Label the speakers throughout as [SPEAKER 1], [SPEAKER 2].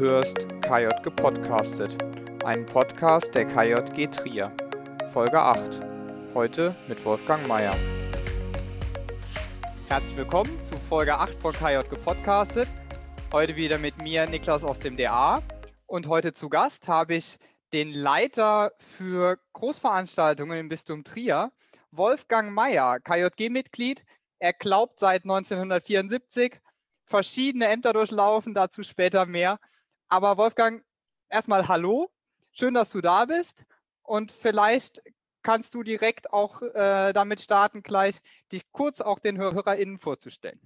[SPEAKER 1] hörst KJG Podcastet, einen Podcast der KJG Trier. Folge 8. Heute mit Wolfgang Meier. Herzlich willkommen zu Folge 8 von KJG Podcastet. Heute wieder mit mir, Niklas aus dem DA. Und heute zu Gast habe ich den Leiter für Großveranstaltungen im Bistum Trier, Wolfgang Meier, KJG-Mitglied. Er glaubt seit 1974, verschiedene Ämter durchlaufen, dazu später mehr. Aber Wolfgang, erstmal hallo, schön, dass du da bist. Und vielleicht kannst du direkt auch damit starten, gleich dich kurz auch den HörerInnen vorzustellen.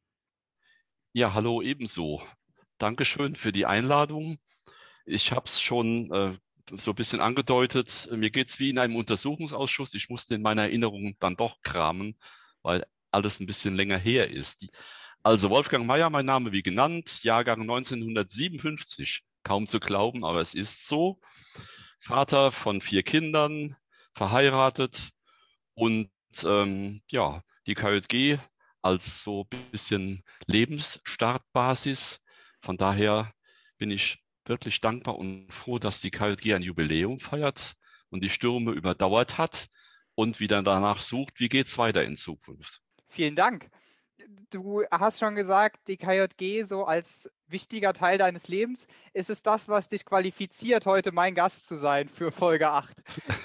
[SPEAKER 2] Ja, hallo ebenso. Dankeschön für die Einladung. Ich habe es schon so ein bisschen angedeutet. Mir geht es wie in einem Untersuchungsausschuss. Ich musste in meiner Erinnerung dann doch kramen, weil alles ein bisschen länger her ist. Also Wolfgang Meier, mein Name wie genannt, Jahrgang 1957. Kaum zu glauben, aber es ist so. Vater von 4 Kindern, verheiratet und ja, die KJG als so ein bisschen Lebensstartbasis. Von daher bin ich wirklich dankbar und froh, dass die KJG ein Jubiläum feiert und die Stürme überdauert hat und wieder danach sucht, wie geht es weiter in Zukunft.
[SPEAKER 1] Vielen Dank. Du hast schon gesagt, die KJG so als wichtiger Teil deines Lebens. Ist es das, was dich qualifiziert, heute mein Gast zu sein für Folge 8?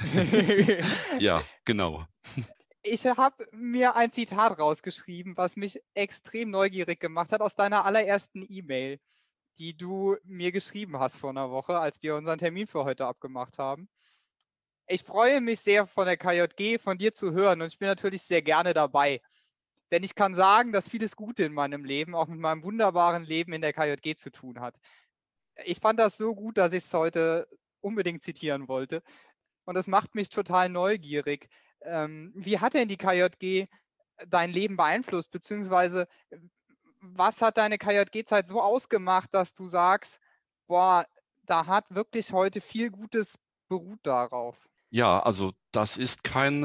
[SPEAKER 2] Ja, genau.
[SPEAKER 1] Ich habe mir ein Zitat rausgeschrieben, was mich extrem neugierig gemacht hat aus deiner allerersten E-Mail, die du mir geschrieben hast vor einer Woche, als wir unseren Termin für heute abgemacht haben. Ich freue mich sehr, von der KJG, von dir zu hören, und ich bin natürlich sehr gerne dabei. Denn ich kann sagen, dass vieles Gute in meinem Leben, auch mit meinem wunderbaren Leben in der KJG zu tun hat. Ich fand das so gut, dass ich es heute unbedingt zitieren wollte. Und das macht mich total neugierig. Wie hat denn die KJG dein Leben beeinflusst? Beziehungsweise, was hat deine KJG-Zeit so ausgemacht, dass du sagst, boah, da hat wirklich heute viel Gutes beruht darauf?
[SPEAKER 2] Ja, also das ist kein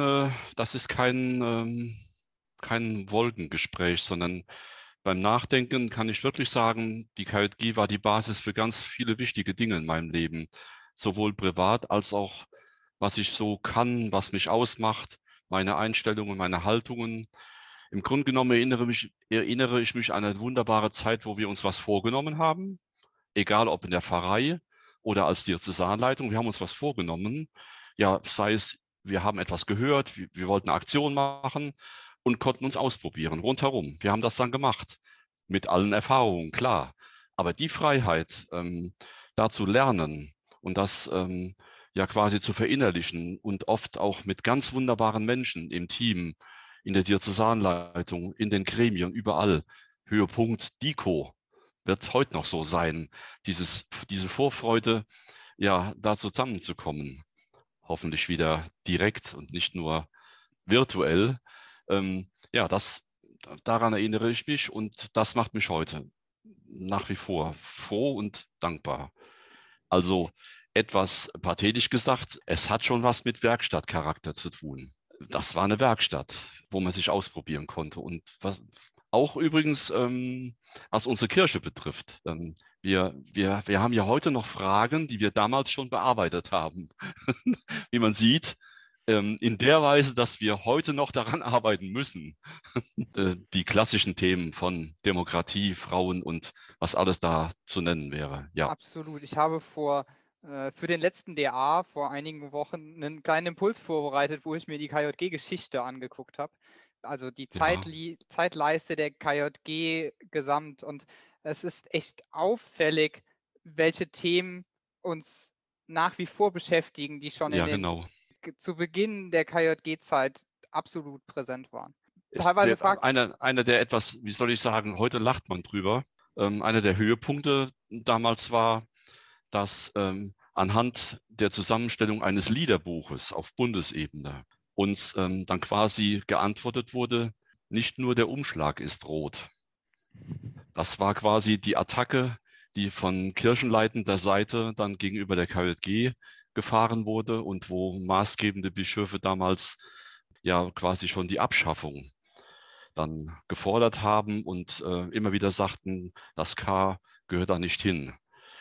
[SPEAKER 2] Wolkengespräch, sondern beim Nachdenken kann ich wirklich sagen, die KJG war die Basis für ganz viele wichtige Dinge in meinem Leben, sowohl privat als auch, was ich so kann, was mich ausmacht, meine Einstellungen, meine Haltungen. Im Grunde genommen erinnere ich mich an eine wunderbare Zeit, wo wir uns was vorgenommen haben, egal ob in der Pfarrei oder als Diözesanleitung. Wir haben uns was vorgenommen. Ja, sei es, wir haben etwas gehört, wir wollten eine Aktion machen und konnten uns ausprobieren, rundherum. Wir haben das dann gemacht, mit allen Erfahrungen, klar. Aber die Freiheit, da zu lernen und das ja quasi zu verinnerlichen und oft auch mit ganz wunderbaren Menschen im Team, in der Diözesanleitung, in den Gremien, überall. Höhepunkt DIKO wird heute noch so sein, diese Vorfreude, ja, da zusammenzukommen. Hoffentlich wieder direkt und nicht nur virtuell. Ja, daran erinnere ich mich und das macht mich heute nach wie vor froh und dankbar. Also etwas pathetisch gesagt, es hat schon was mit Werkstattcharakter zu tun. Das war eine Werkstatt, wo man sich ausprobieren konnte. Und auch übrigens, was unsere Kirche betrifft. Wir haben ja heute noch Fragen, die wir damals schon bearbeitet haben. Wie man sieht, in der Weise, dass wir heute noch daran arbeiten müssen, die klassischen Themen von Demokratie, Frauen und was alles da zu nennen wäre. Ja.
[SPEAKER 1] Absolut. Ich habe für den letzten DA vor einigen Wochen einen kleinen Impuls vorbereitet, wo ich mir die KJG-Geschichte angeguckt habe. Also die
[SPEAKER 2] Ja.
[SPEAKER 1] Zeitleiste der KJG gesamt. Und es ist echt auffällig, welche Themen uns nach wie vor beschäftigen, die schon
[SPEAKER 2] Ja, genau.
[SPEAKER 1] zu Beginn der KJG-Zeit absolut präsent waren.
[SPEAKER 2] Einer der etwas, wie soll ich sagen, heute lacht man drüber. Einer der Höhepunkte damals war, dass anhand der Zusammenstellung eines Liederbuches auf Bundesebene uns dann quasi geantwortet wurde, nicht nur der Umschlag ist rot. Das war quasi die Attacke, die von kirchenleitender Seite dann gegenüber der KJG gefahren wurde und wo maßgebende Bischöfe damals ja quasi schon die Abschaffung dann gefordert haben und immer wieder sagten, das K gehört da nicht hin.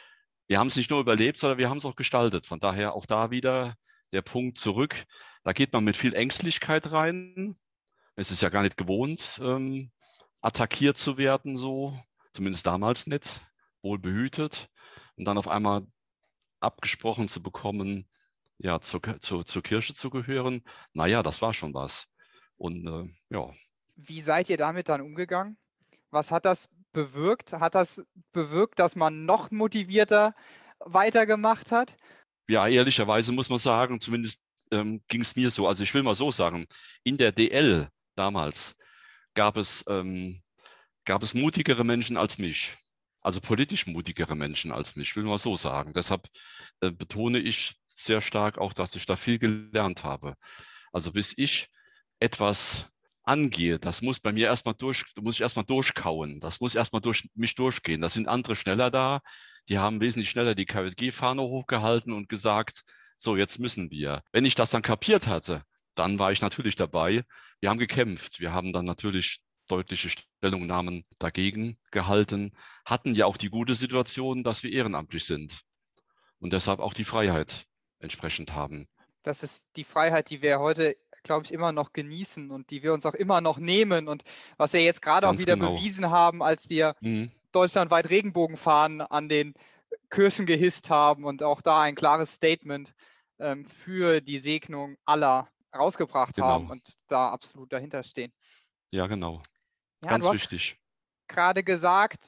[SPEAKER 2] wir haben es nicht nur überlebt, sondern wir haben es auch gestaltet. Von daher auch da wieder der Punkt zurück. Da geht man mit viel Ängstlichkeit rein. Es ist ja gar nicht gewohnt, attackiert zu werden, so, zumindest damals nicht, wohl behütet. Und dann auf einmal abgesprochen zu bekommen, ja, zur Kirche zu gehören, naja, das war schon was. Und ja.
[SPEAKER 1] Wie seid ihr damit dann umgegangen? Was hat das bewirkt? Hat das bewirkt, dass man noch motivierter weitergemacht hat?
[SPEAKER 2] Ja, ehrlicherweise muss man sagen, zumindest ging es mir so. Also ich will mal so sagen, in der DL damals gab es, gab es mutigere Menschen als mich. Also politisch mutigere Menschen als mich, will mal so sagen. Deshalb betone ich sehr stark auch, dass ich da viel gelernt habe. Also bis ich etwas angehe, das muss bei mir muss ich erstmal durchkauen. Das muss erstmal durch mich durchgehen. Da sind andere schneller da. Die haben wesentlich schneller die KJG-Fahne hochgehalten und gesagt, so, jetzt müssen wir. Wenn ich das dann kapiert hatte, dann war ich natürlich dabei. Wir haben gekämpft. Wir haben dann natürlich deutliche Stellungnahmen dagegen gehalten, hatten ja auch die gute Situation, dass wir ehrenamtlich sind und deshalb auch die Freiheit entsprechend haben.
[SPEAKER 1] Das ist die Freiheit, die wir heute, glaube ich, immer noch genießen und die wir uns auch immer noch nehmen und was wir jetzt gerade auch
[SPEAKER 2] Ganz
[SPEAKER 1] wieder
[SPEAKER 2] genau.
[SPEAKER 1] bewiesen haben, als wir deutschlandweit Regenbogenfahnen an den Kirchen gehisst haben und auch da ein klares Statement für die Segnung aller rausgebracht haben
[SPEAKER 2] Genau.
[SPEAKER 1] und da absolut dahinter stehen.
[SPEAKER 2] Ja, genau.
[SPEAKER 1] Ja, du
[SPEAKER 2] Ganz
[SPEAKER 1] hast
[SPEAKER 2] wichtig.
[SPEAKER 1] gerade gesagt,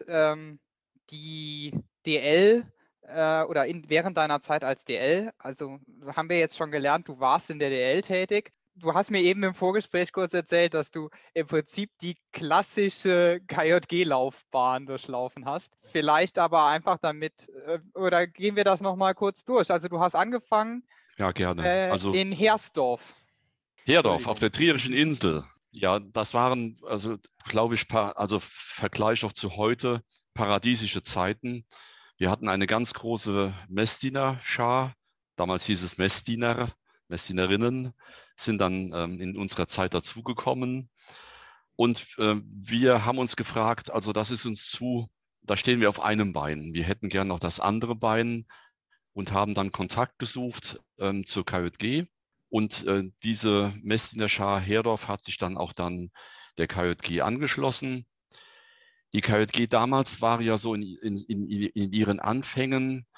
[SPEAKER 1] die DL oder während deiner Zeit als DL, also haben wir jetzt schon gelernt, du warst in der DL tätig. Du hast mir eben im Vorgespräch kurz erzählt, dass du im Prinzip die klassische KJG-Laufbahn durchlaufen hast. Vielleicht aber einfach damit, oder gehen wir das nochmal kurz durch? Also du hast angefangen
[SPEAKER 2] Ja, gerne. Also
[SPEAKER 1] in Hersdorf.
[SPEAKER 2] Herdorf auf
[SPEAKER 1] Entschuldigung.
[SPEAKER 2] der Trierischen Insel. Ja, das waren, also glaube ich, also Vergleich auch zu heute, paradiesische Zeiten. Wir hatten eine ganz große Messdiener-Schar. Damals hieß es Messdiener, Messdienerinnen, sind dann in unserer Zeit dazugekommen. Und wir haben uns gefragt, also das ist uns da stehen wir auf einem Bein. Wir hätten gern noch das andere Bein und haben dann Kontakt gesucht zur KJG. Und diese Messdiener Schar Herdorf hat sich dann auch der KJG angeschlossen. Die KJG damals war ja so in ihren Anfängen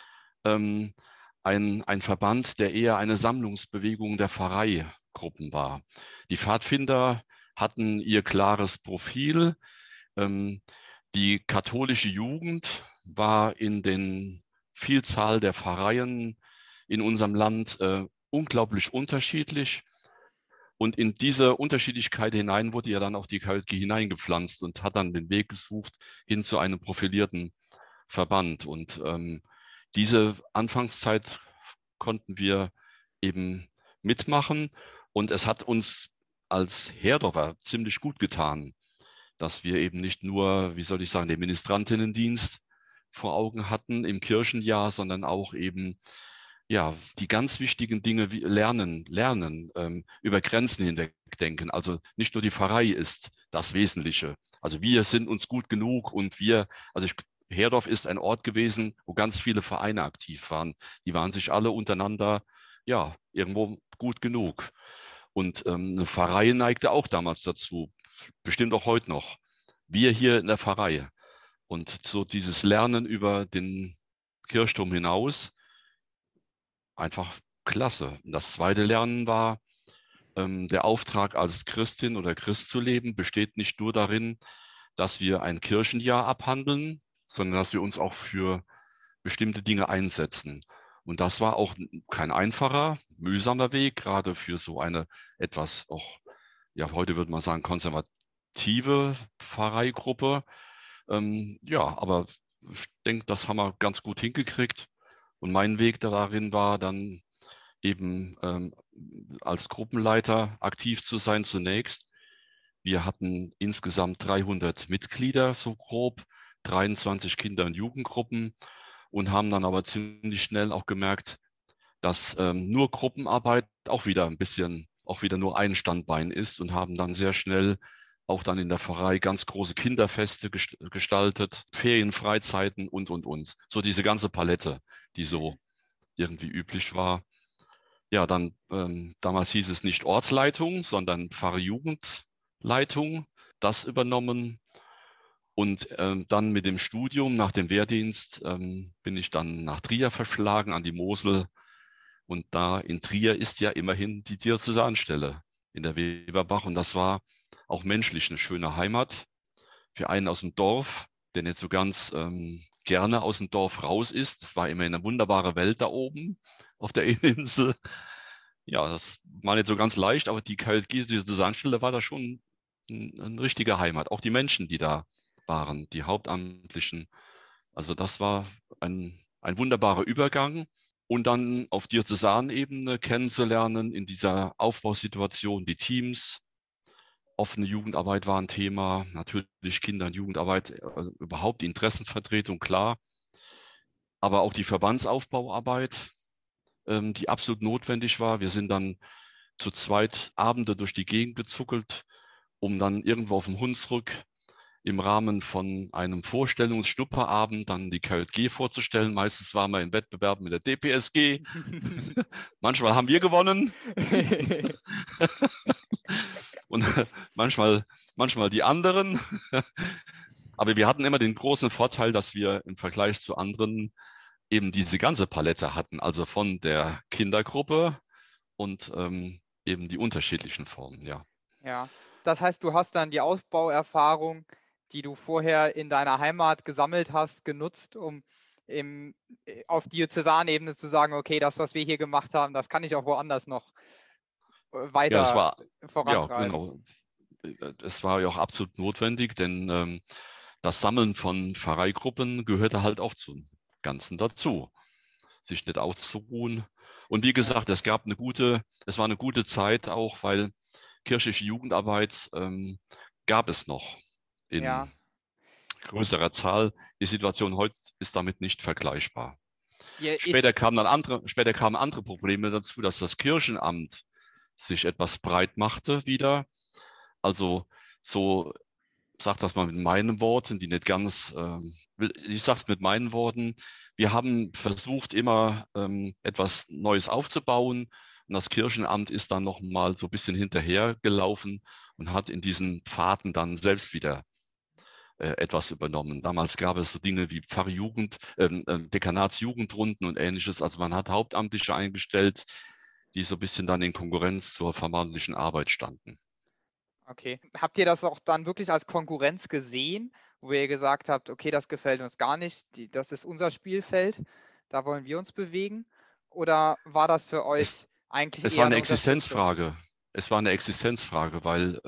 [SPEAKER 2] ein Verband, der eher eine Sammlungsbewegung der Pfarreigruppen war. Die Pfadfinder hatten ihr klares Profil. Die katholische Jugend war in den Vielzahl der Pfarreien in unserem Land unglaublich unterschiedlich. Und in diese Unterschiedlichkeit hinein wurde ja dann auch die KJG hineingepflanzt und hat dann den Weg gesucht hin zu einem profilierten Verband. Und diese Anfangszeit konnten wir eben mitmachen. Und es hat uns als Herdorfer ziemlich gut getan, dass wir eben nicht nur, wie soll ich sagen, den Ministrantinnendienst vor Augen hatten im Kirchenjahr, sondern auch eben ja, die ganz wichtigen Dinge wie lernen, über Grenzen hinweg denken. Also nicht nur die Pfarrei ist das Wesentliche. Also wir sind uns gut genug und Herdorf ist ein Ort gewesen, wo ganz viele Vereine aktiv waren. Die waren sich alle untereinander, ja, irgendwo gut genug. Und eine Pfarrei neigte auch damals dazu, bestimmt auch heute noch. Wir hier in der Pfarrei. Und so dieses Lernen über den Kirchturm hinaus, einfach klasse. Und das zweite Lernen war, der Auftrag als Christin oder Christ zu leben, besteht nicht nur darin, dass wir ein Kirchenjahr abhandeln, sondern dass wir uns auch für bestimmte Dinge einsetzen. Und das war auch kein einfacher, mühsamer Weg, gerade für so eine etwas auch, ja, heute würde man sagen, konservative Pfarreigruppe. Ja, aber ich denke, das haben wir ganz gut hingekriegt. Und mein Weg darin war dann eben als Gruppenleiter aktiv zu sein zunächst. Wir hatten insgesamt 300 Mitglieder, so grob, 23 Kinder- und Jugendgruppen und haben dann aber ziemlich schnell auch gemerkt, dass nur Gruppenarbeit auch wieder nur ein Standbein ist und haben dann sehr schnell auch dann in der Pfarrei ganz große Kinderfeste gestaltet, Ferienfreizeiten und. So diese ganze Palette, die so irgendwie üblich war. Ja, dann damals hieß es nicht Ortsleitung, sondern Pfarrjugendleitung, das übernommen. Und dann mit dem Studium nach dem Wehrdienst bin ich dann nach Trier verschlagen an die Mosel. Und da in Trier ist ja immerhin die Diözesanstelle in der Weberbach. Und das war auch menschlich eine schöne Heimat für einen aus dem Dorf, der nicht so ganz gerne aus dem Dorf raus ist. Das war immer eine wunderbare Welt da oben auf der Inneninsel. Ja, das war nicht so ganz leicht, aber die KJG, diese Sandstelle, war da schon eine richtige Heimat. Auch die Menschen, die da waren, die Hauptamtlichen. Also das war ein wunderbarer Übergang. Und dann auf Diözesanebene kennenzulernen in dieser Aufbausituation, die Teams. Offene Jugendarbeit war ein Thema, natürlich Kinder- und Jugendarbeit, also überhaupt die Interessenvertretung, klar. Aber auch die Verbandsaufbauarbeit, die absolut notwendig war. Wir sind dann zu zweit Abende durch die Gegend gezuckelt, um dann irgendwo auf dem Hunsrück im Rahmen von einem Vorstellungsschnupperabend dann die KJG vorzustellen. Meistens waren wir in Wettbewerben mit der DPSG. Manchmal haben wir gewonnen. Und manchmal die anderen. Aber wir hatten immer den großen Vorteil, dass wir im Vergleich zu anderen eben diese ganze Palette hatten, also von der Kindergruppe und eben die unterschiedlichen Formen, ja.
[SPEAKER 1] Ja, das heißt, du hast dann die Ausbauerfahrung, die du vorher in deiner Heimat gesammelt hast, genutzt, um auf Diözesanebene zu sagen, okay, das, was wir hier gemacht haben, das kann ich auch woanders noch
[SPEAKER 2] Ja, das
[SPEAKER 1] weiter
[SPEAKER 2] war, ja,
[SPEAKER 1] vorantreiben.
[SPEAKER 2] genau. Es war ja auch absolut notwendig, denn das Sammeln von Pfarreigruppen gehörte halt auch zum Ganzen dazu, sich nicht auszuruhen. Und wie
[SPEAKER 1] Ja,
[SPEAKER 2] gesagt, es war eine gute Zeit auch, weil kirchliche Jugendarbeit gab es noch
[SPEAKER 1] ja.
[SPEAKER 2] in größerer Zahl. Die Situation heute ist damit nicht vergleichbar.
[SPEAKER 1] Ich,
[SPEAKER 2] Später kamen andere Probleme dazu, dass das Kirchenamt sich etwas breit machte wieder. Also so, sag das mal mit meinen Worten, die nicht ganz, ich sage es mit meinen Worten, wir haben versucht, immer etwas Neues aufzubauen. Und das Kirchenamt ist dann noch mal so ein bisschen hinterhergelaufen und hat in diesen Pfaden dann selbst wieder etwas übernommen. Damals gab es so Dinge wie Dekanatsjugendrunden und ähnliches. Also man hat Hauptamtliche eingestellt, die so ein bisschen dann in Konkurrenz zur vermeintlichen Arbeit standen.
[SPEAKER 1] okay. Habt ihr das auch dann wirklich als Konkurrenz gesehen, wo ihr gesagt habt, okay, das gefällt uns gar nicht, das ist unser Spielfeld, da wollen wir uns bewegen? Oder war das für
[SPEAKER 2] Es,
[SPEAKER 1] euch eigentlich
[SPEAKER 2] es war
[SPEAKER 1] eher
[SPEAKER 2] eine
[SPEAKER 1] eine Unterstützung?
[SPEAKER 2] Existenzfrage. Es war eine Existenzfrage,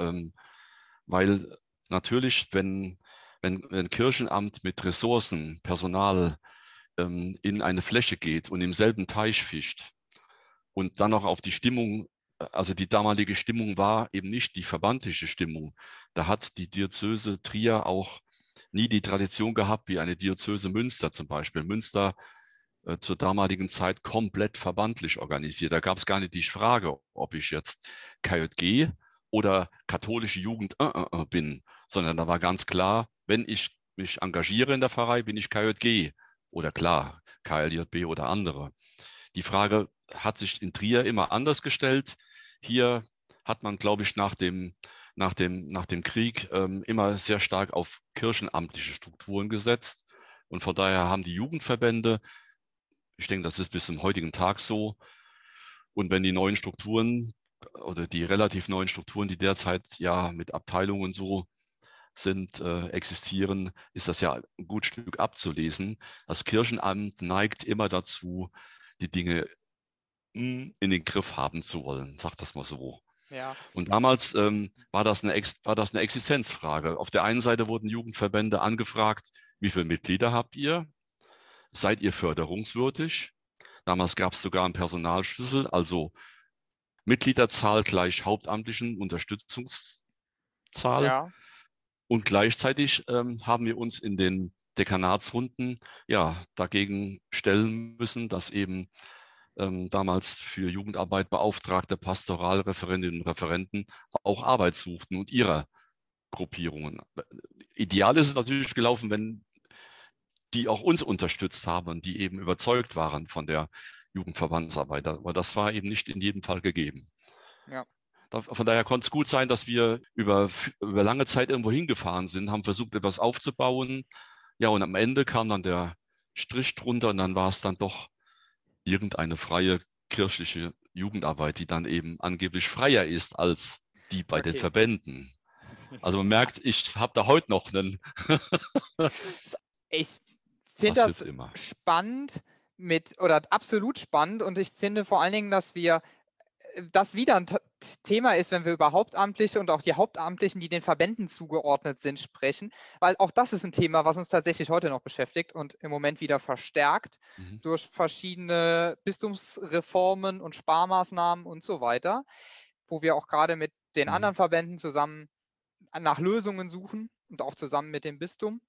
[SPEAKER 2] weil natürlich, wenn ein Kirchenamt mit Ressourcen, Personal in eine Fläche geht und im selben Teich fischt und dann auch auf die Stimmung, also die damalige Stimmung war eben nicht die verbandliche Stimmung. Da hat die Diözese Trier auch nie die Tradition gehabt, wie eine Diözese Münster zum Beispiel. Münster zur damaligen Zeit komplett verbandlich organisiert. Da gab es gar nicht die Frage, ob ich jetzt KJG oder katholische Jugend bin, sondern da war ganz klar, wenn ich mich engagiere in der Pfarrei, bin ich KJG oder klar, KLJB oder andere. Die Frage hat sich in Trier immer anders gestellt. Hier hat man, glaube ich, nach dem Krieg immer sehr stark auf kirchenamtliche Strukturen gesetzt. Und von daher haben die Jugendverbände, ich denke, das ist bis zum heutigen Tag so. Und wenn die neuen Strukturen oder die relativ neuen Strukturen, die derzeit ja mit Abteilungen so sind, existieren, ist das ja ein gut Stück abzulesen. Das Kirchenamt neigt immer dazu, die Dinge in den Griff haben zu wollen, sagt das mal so.
[SPEAKER 1] Ja,
[SPEAKER 2] Und damals war das eine Existenzfrage. Auf der einen Seite wurden Jugendverbände angefragt, wie viele Mitglieder habt ihr? Seid ihr förderungswürdig? Damals gab es sogar einen Personalschlüssel, also Mitgliederzahl gleich hauptamtlichen Unterstützungszahl.
[SPEAKER 1] ja,
[SPEAKER 2] Und gleichzeitig haben wir uns in den Dekanatsrunden ja dagegen stellen müssen, dass eben damals für Jugendarbeit beauftragte Pastoralreferentinnen und Referenten auch Arbeit suchten und ihrer Gruppierungen. Ideal ist es natürlich gelaufen, wenn die auch uns unterstützt haben und die eben überzeugt waren von der Jugendverbandsarbeit. Aber das war eben nicht in jedem Fall gegeben.
[SPEAKER 1] Ja.
[SPEAKER 2] Von daher konnte es gut sein, dass wir über lange Zeit irgendwo hingefahren sind, haben versucht, etwas aufzubauen. Ja, und am Ende kam dann der Strich drunter und dann war es dann doch irgendeine freie kirchliche Jugendarbeit, die dann eben angeblich freier ist als die bei den
[SPEAKER 1] Okay.
[SPEAKER 2] Verbänden. Also man merkt, ich habe da heute noch einen.
[SPEAKER 1] Ich finde
[SPEAKER 2] Passiert
[SPEAKER 1] das
[SPEAKER 2] immer.
[SPEAKER 1] spannend oder absolut spannend, und ich finde vor allen Dingen, dass das wieder ein Thema ist, wenn wir über Hauptamtliche und auch die Hauptamtlichen, die den Verbänden zugeordnet sind, sprechen, weil auch das ist ein Thema, was uns tatsächlich heute noch beschäftigt und im Moment wieder verstärkt durch verschiedene Bistumsreformen und Sparmaßnahmen und so weiter, wo wir auch gerade mit den anderen Verbänden zusammen nach Lösungen suchen und auch zusammen mit dem Bistum.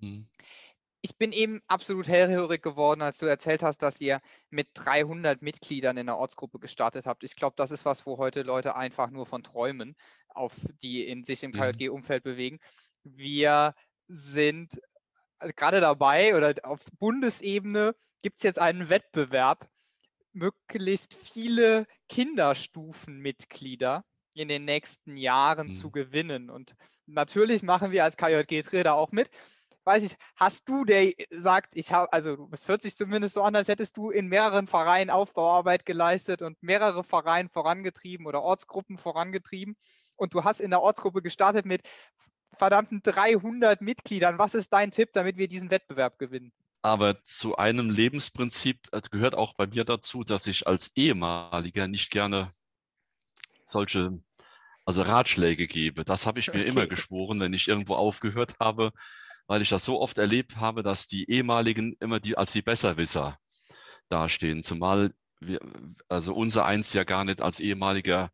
[SPEAKER 1] Ich bin eben absolut hellhörig geworden, als du erzählt hast, dass ihr mit 300 Mitgliedern in der Ortsgruppe gestartet habt. Ich glaube, das ist was, wo heute Leute einfach nur von träumen, die sich im KJG-Umfeld bewegen. Wir sind gerade dabei, oder auf Bundesebene gibt es jetzt einen Wettbewerb, möglichst viele Kinderstufenmitglieder in den nächsten Jahren zu gewinnen. Und natürlich machen wir als KJG-Trainer auch mit. Weiß ich, hast du, der sagt, also es hört sich zumindest so an, als hättest du in mehreren Vereinen Aufbauarbeit geleistet und mehrere Vereine vorangetrieben oder Ortsgruppen vorangetrieben, und du hast in der Ortsgruppe gestartet mit verdammten 300 Mitgliedern. Was ist dein Tipp, damit wir diesen Wettbewerb gewinnen?
[SPEAKER 2] Aber zu einem Lebensprinzip gehört auch bei mir dazu, dass ich als Ehemaliger nicht gerne solche Ratschläge gebe. Das habe ich mir immer geschworen, wenn ich irgendwo aufgehört habe, weil ich das so oft erlebt habe, dass die Ehemaligen immer als die Besserwisser dastehen. Zumal unser Eins ja gar nicht als Ehemaliger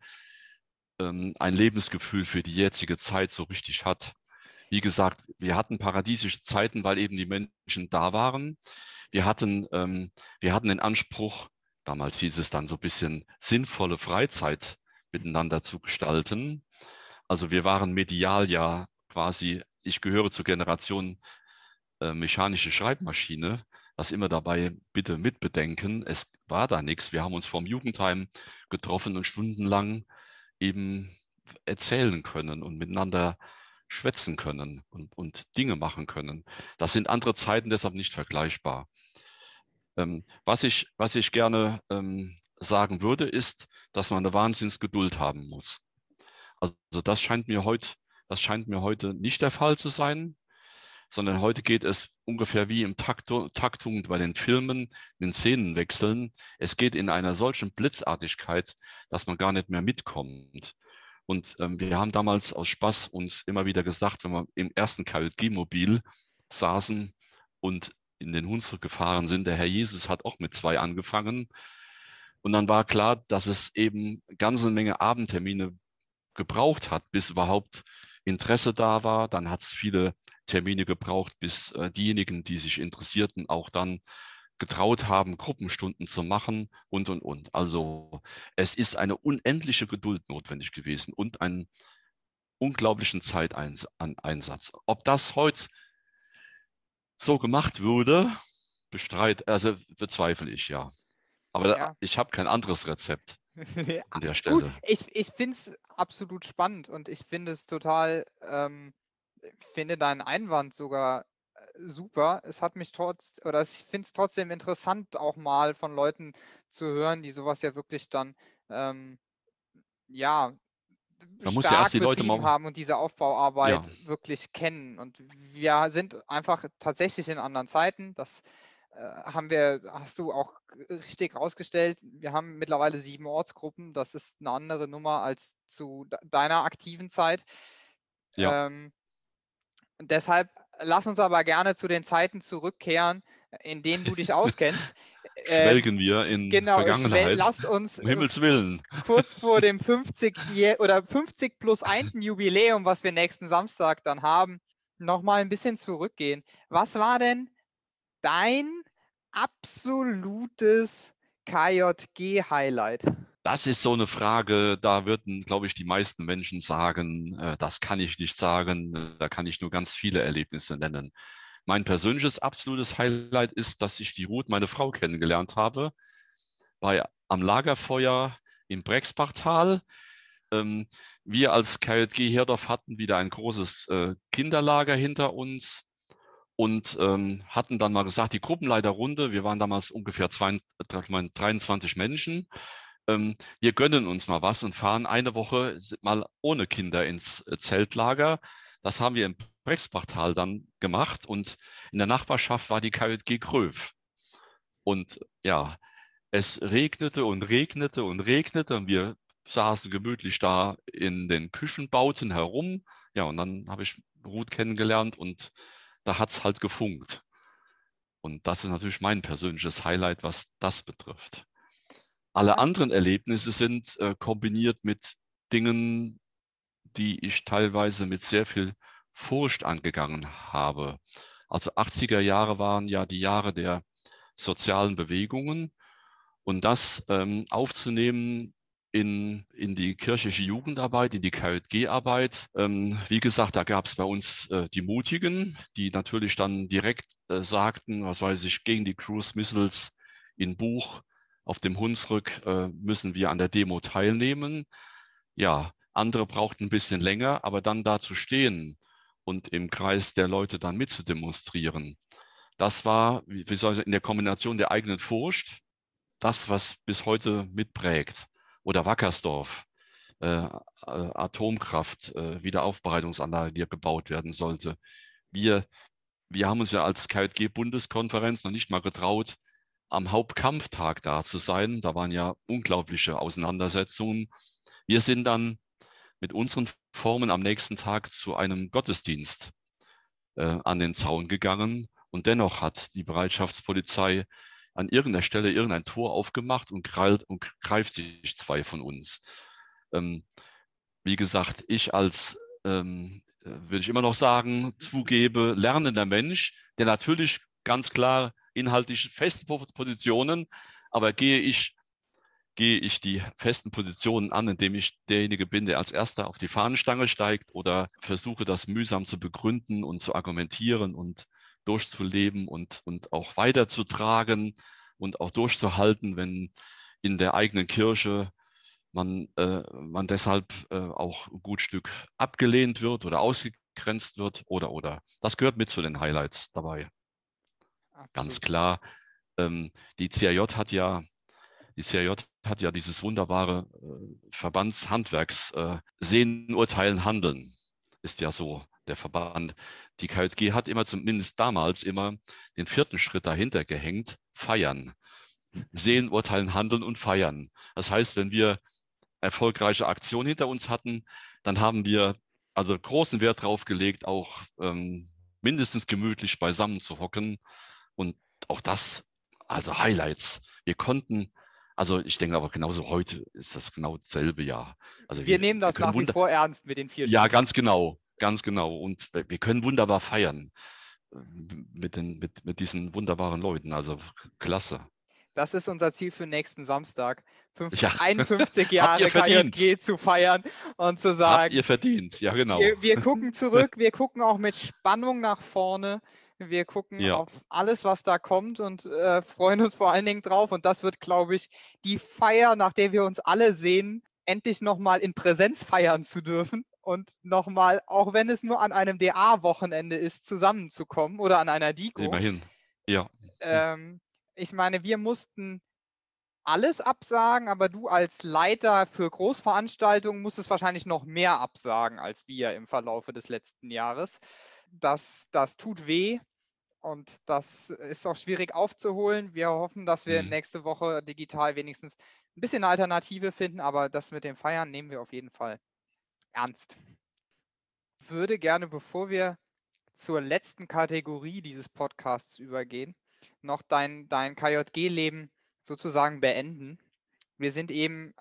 [SPEAKER 2] ein Lebensgefühl für die jetzige Zeit so richtig hat. Wie gesagt, wir hatten paradiesische Zeiten, weil eben die Menschen da waren. Wir hatten den Anspruch, damals hieß es dann so ein bisschen sinnvolle Freizeit miteinander zu gestalten. Also wir waren medial ja quasi, ich gehöre zur Generation mechanische Schreibmaschine, das immer dabei bitte mitbedenken. Es war da nichts. Wir haben uns vom Jugendheim getroffen und stundenlang eben erzählen können und miteinander schwätzen können und Dinge machen können. Das sind andere Zeiten, deshalb nicht vergleichbar. Was ich gerne sagen würde, ist, dass man eine Wahnsinnsgeduld haben muss. Also das scheint mir heute nicht der Fall zu sein, sondern heute geht es ungefähr wie im Taktung bei den Filmen, den Szenenwechseln. Es geht in einer solchen Blitzartigkeit, dass man gar nicht mehr mitkommt. Und wir haben damals aus Spaß uns immer wieder gesagt, wenn wir im ersten KJG-Mobil saßen und in den Hunsrück gefahren sind, der Herr Jesus hat auch mit 2 angefangen. Und dann war klar, dass es eben eine ganze Menge Abendtermine gebraucht hat, bis überhaupt Interesse da war. Dann hat es viele Termine gebraucht, bis diejenigen, die sich interessierten, auch dann getraut haben, Gruppenstunden zu machen und. Also es ist eine unendliche Geduld notwendig gewesen und einen unglaublichen Zeiteinsatz. Ob das heute so gemacht würde, bezweifle ich, ja. Aber
[SPEAKER 1] Ja.
[SPEAKER 2] ich habe kein anderes Rezept an der
[SPEAKER 1] Gut,
[SPEAKER 2] Stelle.
[SPEAKER 1] ich finde es absolut spannend, und ich finde es total, finde deinen Einwand sogar super. Es hat mich ich finde es trotzdem interessant, auch mal von Leuten zu hören, die sowas ja wirklich dann ja
[SPEAKER 2] Man muss ja erst
[SPEAKER 1] stark
[SPEAKER 2] die Leute
[SPEAKER 1] betrieben
[SPEAKER 2] mal,
[SPEAKER 1] haben und diese
[SPEAKER 2] ja,
[SPEAKER 1] Aufbauarbeit wirklich kennen. Und wir sind einfach tatsächlich in anderen Zeiten. Das hast du auch richtig rausgestellt. Wir haben mittlerweile 7 Ortsgruppen. Das ist eine andere Nummer als zu deiner aktiven Zeit.
[SPEAKER 2] ja,
[SPEAKER 1] Deshalb lass uns aber gerne zu den Zeiten zurückkehren, in denen du dich auskennst.
[SPEAKER 2] schwelgen wir in
[SPEAKER 1] Genau,
[SPEAKER 2] Vergangenheit,
[SPEAKER 1] lass uns
[SPEAKER 2] um Himmels Willen.
[SPEAKER 1] kurz vor dem 50 plus 1. Jubiläum, was wir nächsten Samstag dann haben, nochmal ein bisschen zurückgehen. Was war denn dein absolutes KJG-Highlight?
[SPEAKER 2] Das ist so eine Frage, da würden, glaube ich, die meisten Menschen sagen, das kann ich nicht sagen, da kann ich nur ganz viele Erlebnisse nennen. Mein persönliches absolutes Highlight ist, dass ich die Ruth, meine Frau, kennengelernt habe, am Lagerfeuer im Brexbachtal. Ähm, Wir als KJG Herdorf hatten wieder ein großes Kinderlager hinter uns und hatten dann mal gesagt, die Gruppenleiterrunde, wir waren damals ungefähr 23 Menschen, wir gönnen uns mal was und fahren eine Woche mal ohne Kinder ins Zeltlager. Das haben wir im Brexbachtal dann gemacht und in der Nachbarschaft war die KJG Gröf. Und ja, es regnete und regnete und regnete und wir saßen gemütlich da in den Küchenbauten herum. Ja, und dann habe ich Ruth kennengelernt und da hat es halt gefunkt. Und das ist natürlich mein persönliches Highlight, was das betrifft. Alle
[SPEAKER 1] Ja,
[SPEAKER 2] anderen Erlebnisse sind kombiniert mit Dingen, die ich teilweise mit sehr viel Furcht angegangen habe. Also 80er Jahre waren ja die Jahre der sozialen Bewegungen und das aufzunehmen in die kirchliche Jugendarbeit, in die KJG-Arbeit. Wie gesagt, da gab es bei uns die Mutigen, die natürlich dann direkt sagten, was weiß ich, gegen die Cruise Missiles in Buch auf dem Hunsrück müssen wir an der Demo teilnehmen. Ja, andere brauchten ein bisschen länger, aber dann da zu stehen und im Kreis der Leute dann mitzudemonstrieren, das war, wie soll ich, in der Kombination der eigenen Furcht, das, was bis heute mitprägt. Oder Wackersdorf, Atomkraft, Wiederaufbereitungsanlage, die gebaut werden sollte. Wir, wir haben uns ja als KJG-Bundeskonferenz noch nicht mal getraut, am Hauptkampftag da zu sein. Da waren ja unglaubliche Auseinandersetzungen. Wir sind dann mit unseren Formen am nächsten Tag zu einem Gottesdienst an den Zaun gegangen. Und dennoch hat die Bereitschaftspolizei an irgendeiner Stelle irgendein Tor aufgemacht und greift sich zwei von uns. Wie gesagt, ich als, würde ich immer noch sagen, zugebe, lernender Mensch, der natürlich ganz klar inhaltlich feste Positionen, aber gehe ich die festen Positionen an, indem ich derjenige bin, der als Erster auf die Fahnenstange steigt oder versuche, das mühsam zu begründen und zu argumentieren und durchzuleben und auch weiterzutragen und auch durchzuhalten, wenn in der eigenen Kirche man deshalb auch ein gut Stück abgelehnt wird oder ausgegrenzt wird oder. Das gehört mit zu den Highlights dabei. Ganz
[SPEAKER 1] absolut.
[SPEAKER 2] klar. Die CAJ hat ja dieses wunderbare Verbandshandwerks Sehen, Urteilen, Handeln, ist ja so der Verband. Die KJG hat immer, zumindest damals, immer den vierten Schritt dahinter gehängt, feiern. Sehen, Urteilen, Handeln und feiern. Das heißt, wenn wir erfolgreiche Aktionen hinter uns hatten, dann haben wir also großen Wert darauf gelegt, auch mindestens gemütlich beisammen zu hocken. Und auch das, also Highlights. Wir konnten, also ich denke aber genauso heute ist das genau dasselbe Jahr. Also
[SPEAKER 1] Wir
[SPEAKER 2] wir,
[SPEAKER 1] nehmen
[SPEAKER 2] wir
[SPEAKER 1] das
[SPEAKER 2] können
[SPEAKER 1] nach wie vor ernst mit den 4
[SPEAKER 2] ja,
[SPEAKER 1] Stunden.
[SPEAKER 2] ganz genau, ganz genau. Und wir können wunderbar feiern mit diesen wunderbaren Leuten. Also klasse.
[SPEAKER 1] Das ist unser Ziel für nächsten Samstag,
[SPEAKER 2] Ja,
[SPEAKER 1] 51
[SPEAKER 2] habt ihr
[SPEAKER 1] Jahre
[SPEAKER 2] verdient.
[SPEAKER 1] KJG zu feiern und zu
[SPEAKER 2] Habt
[SPEAKER 1] sagen,
[SPEAKER 2] ihr verdient. Ja, genau.
[SPEAKER 1] wir gucken zurück, wir gucken auch mit Spannung nach vorne, wir gucken
[SPEAKER 2] Ja,
[SPEAKER 1] auf alles, was da kommt und freuen uns vor allen Dingen drauf. Und das wird, glaube ich, die Feier, nach der wir uns alle sehen, endlich nochmal in Präsenz feiern zu dürfen und nochmal, auch wenn es nur an einem DA-Wochenende ist, zusammenzukommen oder an einer DIKO.
[SPEAKER 2] immerhin. Ja.
[SPEAKER 1] Ähm, Ich meine, wir mussten alles absagen, aber du als Leiter für Großveranstaltungen musstest wahrscheinlich noch mehr absagen als wir im Verlaufe des letzten Jahres. Das tut weh und das ist auch schwierig aufzuholen. Wir hoffen, dass wir
[SPEAKER 2] Mhm.
[SPEAKER 1] nächste Woche digital wenigstens ein bisschen eine Alternative finden, aber das mit dem Feiern nehmen wir auf jeden Fall ernst. Ich würde gerne, bevor wir zur letzten Kategorie dieses Podcasts übergehen, noch dein KJG-Leben sozusagen beenden. Wir sind eben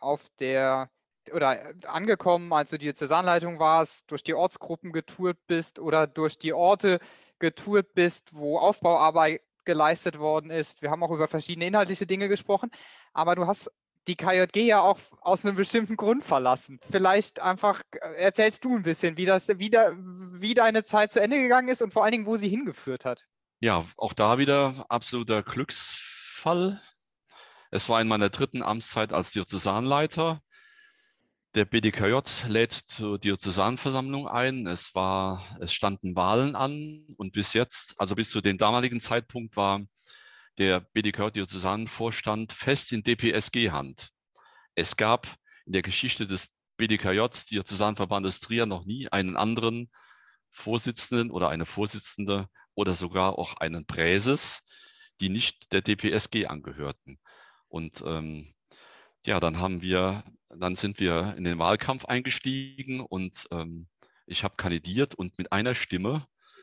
[SPEAKER 1] angekommen, als du Diözesanleitung warst, durch die Ortsgruppen getourt bist oder durch die Orte getourt bist, wo Aufbauarbeit geleistet worden ist. Wir haben auch über verschiedene inhaltliche Dinge gesprochen, aber du hast die KJG ja auch aus einem bestimmten Grund verlassen. Vielleicht einfach erzählst du ein bisschen, wie deine Zeit zu Ende gegangen ist und vor allen Dingen, wo sie hingeführt hat.
[SPEAKER 2] Ja, auch da wieder absoluter Glücksfall. Es war in meiner 3. Amtszeit als Diözesanleiter. Der BDKJ lädt zur Diözesanversammlung ein. Es standen Wahlen an und bis zu dem damaligen Zeitpunkt war der BDKJ-Diözesanvorstand fest in DPSG-Hand. Es gab in der Geschichte des BDKJ, Diözesanverbandes Trier, noch nie einen anderen Vorsitzenden oder eine Vorsitzende oder sogar auch einen Präses, die nicht der DPSG angehörten. Und ja, dann sind wir in den Wahlkampf eingestiegen und ich habe kandidiert und mit einer Stimme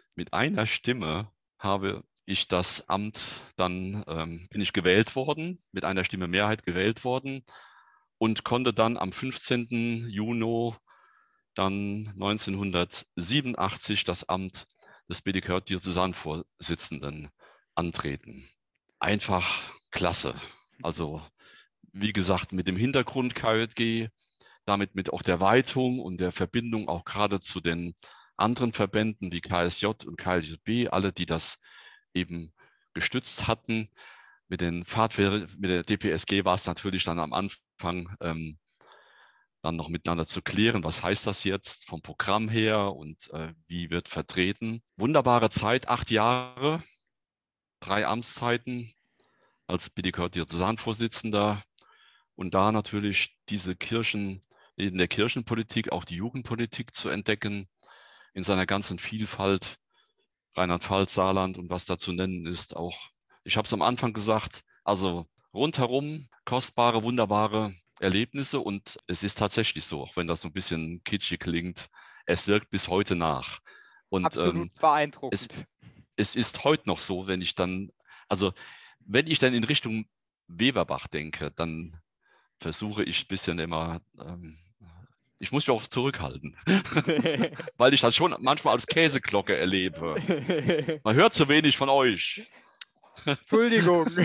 [SPEAKER 2] habe ich das Amt, dann bin ich gewählt worden, mit einer Stimme Mehrheit gewählt worden und konnte dann am 15. Juni dann 1987 das Amt des BDKJ-Diözesanvorsitzenden antreten. Einfach klasse. Also wie gesagt, mit dem Hintergrund KJG, damit mit auch der Weitung und der Verbindung auch gerade zu den anderen Verbänden wie KSJ und KLJB, alle, die das eben gestützt hatten. Mit der DPSG war es natürlich dann am Anfang dann noch miteinander zu klären, was heißt das jetzt vom Programm her und wie wird vertreten. Wunderbare Zeit, 8 Jahre, 3 Amtszeiten als BDK-Diözesanvorsitzender und da natürlich in der Kirchenpolitik auch die Jugendpolitik zu entdecken, in seiner ganzen Vielfalt, Rheinland-Pfalz, Saarland und was da zu nennen ist. Auch, ich habe es am Anfang gesagt, also rundherum kostbare, wunderbare Erlebnisse und es ist tatsächlich so, auch wenn das so ein bisschen kitschig klingt, es wirkt bis heute nach. Und
[SPEAKER 1] Absolut beeindruckend.
[SPEAKER 2] es ist heute noch so, wenn ich dann in Richtung Weberbach denke, dann versuche ich ein bisschen immer, ich muss mich auch zurückhalten, weil ich das schon manchmal als Käseglocke erlebe. Man hört zu wenig von euch.
[SPEAKER 1] Entschuldigung.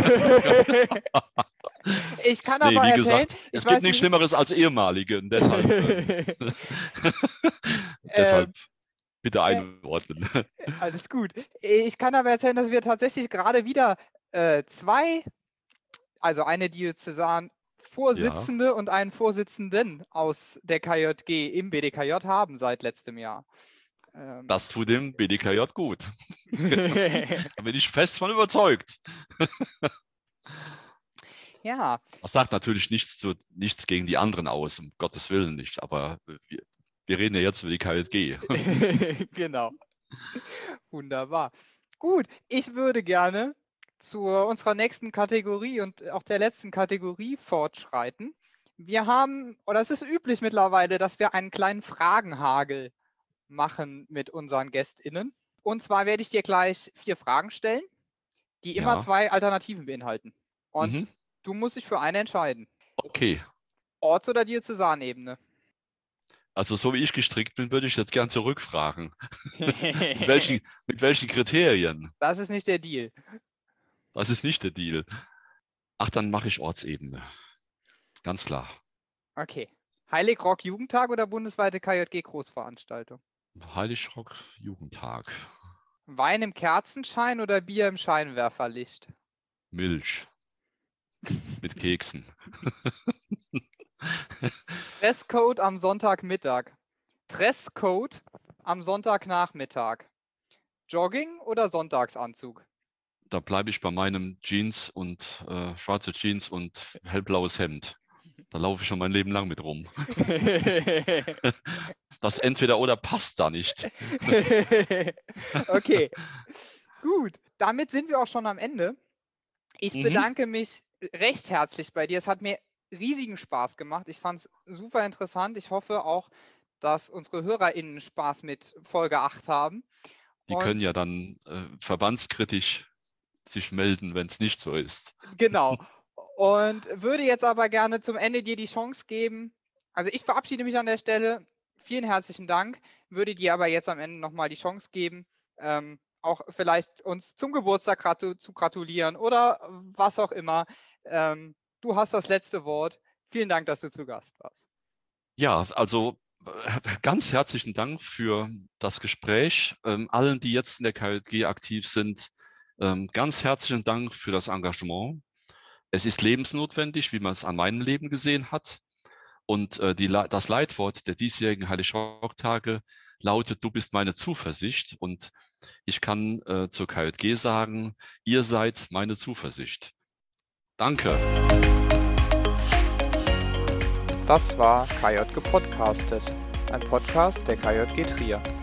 [SPEAKER 1] Ich kann
[SPEAKER 2] Nee,
[SPEAKER 1] aber
[SPEAKER 2] wie
[SPEAKER 1] erzählen,
[SPEAKER 2] gesagt, es gibt nichts Schlimmeres als ehemalige. Deshalb bitte einordnen.
[SPEAKER 1] Alles gut. Ich kann aber erzählen, dass wir tatsächlich gerade wieder also eine Diözesan-Vorsitzende und einen Vorsitzenden aus der KJG im BDKJ haben seit letztem Jahr.
[SPEAKER 2] Das tut dem BDKJ gut. Da bin ich fest von überzeugt.
[SPEAKER 1] Ja.
[SPEAKER 2] Das sagt natürlich nichts gegen die anderen aus, um Gottes Willen nicht. Aber wir reden ja jetzt über die KJG.
[SPEAKER 1] Genau. Wunderbar. Gut, ich würde gerne zu unserer nächsten Kategorie und auch der letzten Kategorie fortschreiten. Wir haben, oder es ist üblich mittlerweile, dass wir einen kleinen Fragenhagel machen mit unseren GästInnen. Und zwar werde ich dir gleich 4 Fragen stellen, die immer 2 Alternativen beinhalten. Und du musst dich für eine entscheiden.
[SPEAKER 2] Okay.
[SPEAKER 1] Orts- oder Diözesanebene?
[SPEAKER 2] Also so wie ich gestrickt bin, würde ich jetzt gern zurückfragen. mit welchen Kriterien?
[SPEAKER 1] Das ist nicht der Deal.
[SPEAKER 2] Das ist nicht der Deal. Ach, dann mache ich Ortsebene. Ganz klar.
[SPEAKER 1] Okay. Heiligrock Jugendtag oder bundesweite KJG Großveranstaltung?
[SPEAKER 2] Heiligrock Jugendtag.
[SPEAKER 1] Wein im Kerzenschein oder Bier im Scheinwerferlicht?
[SPEAKER 2] Milch. Mit Keksen.
[SPEAKER 1] Dresscode am Sonntagmittag. Dresscode am Sonntagnachmittag. Jogging oder Sonntagsanzug?
[SPEAKER 2] Da bleibe ich bei meinem Jeans und schwarze Jeans und hellblaues Hemd. Da laufe ich schon mein Leben lang mit rum. Das entweder oder passt da nicht.
[SPEAKER 1] Okay, gut. Damit sind wir auch schon am Ende. Ich bedanke mich recht herzlich bei dir. Es hat mir riesigen Spaß gemacht. Ich fand es super interessant. Ich hoffe auch, dass unsere HörerInnen Spaß mit Folge 8 haben.
[SPEAKER 2] Die können ja dann verbandskritisch sich melden, wenn es nicht so ist.
[SPEAKER 1] Genau. Und würde jetzt aber gerne zum Ende dir die Chance geben. Also ich verabschiede mich an der Stelle. Vielen herzlichen Dank. Würde dir aber jetzt am Ende nochmal die Chance geben, auch vielleicht uns zum Geburtstag zu gratulieren oder was auch immer. Du hast das letzte Wort. Vielen Dank, dass du zu Gast warst.
[SPEAKER 2] Ja, also ganz herzlichen Dank für das Gespräch. Allen, die jetzt in der KJG aktiv sind, ganz herzlichen Dank für das Engagement. Es ist lebensnotwendig, wie man es an meinem Leben gesehen hat. Und das Leitwort der diesjährigen Heilig-Rock-Tage lautet: Du bist meine Zuversicht. Und ich kann zur KJG sagen: Ihr seid meine Zuversicht. Danke.
[SPEAKER 1] Das war KJG Podcastet, ein Podcast der KJG Trier.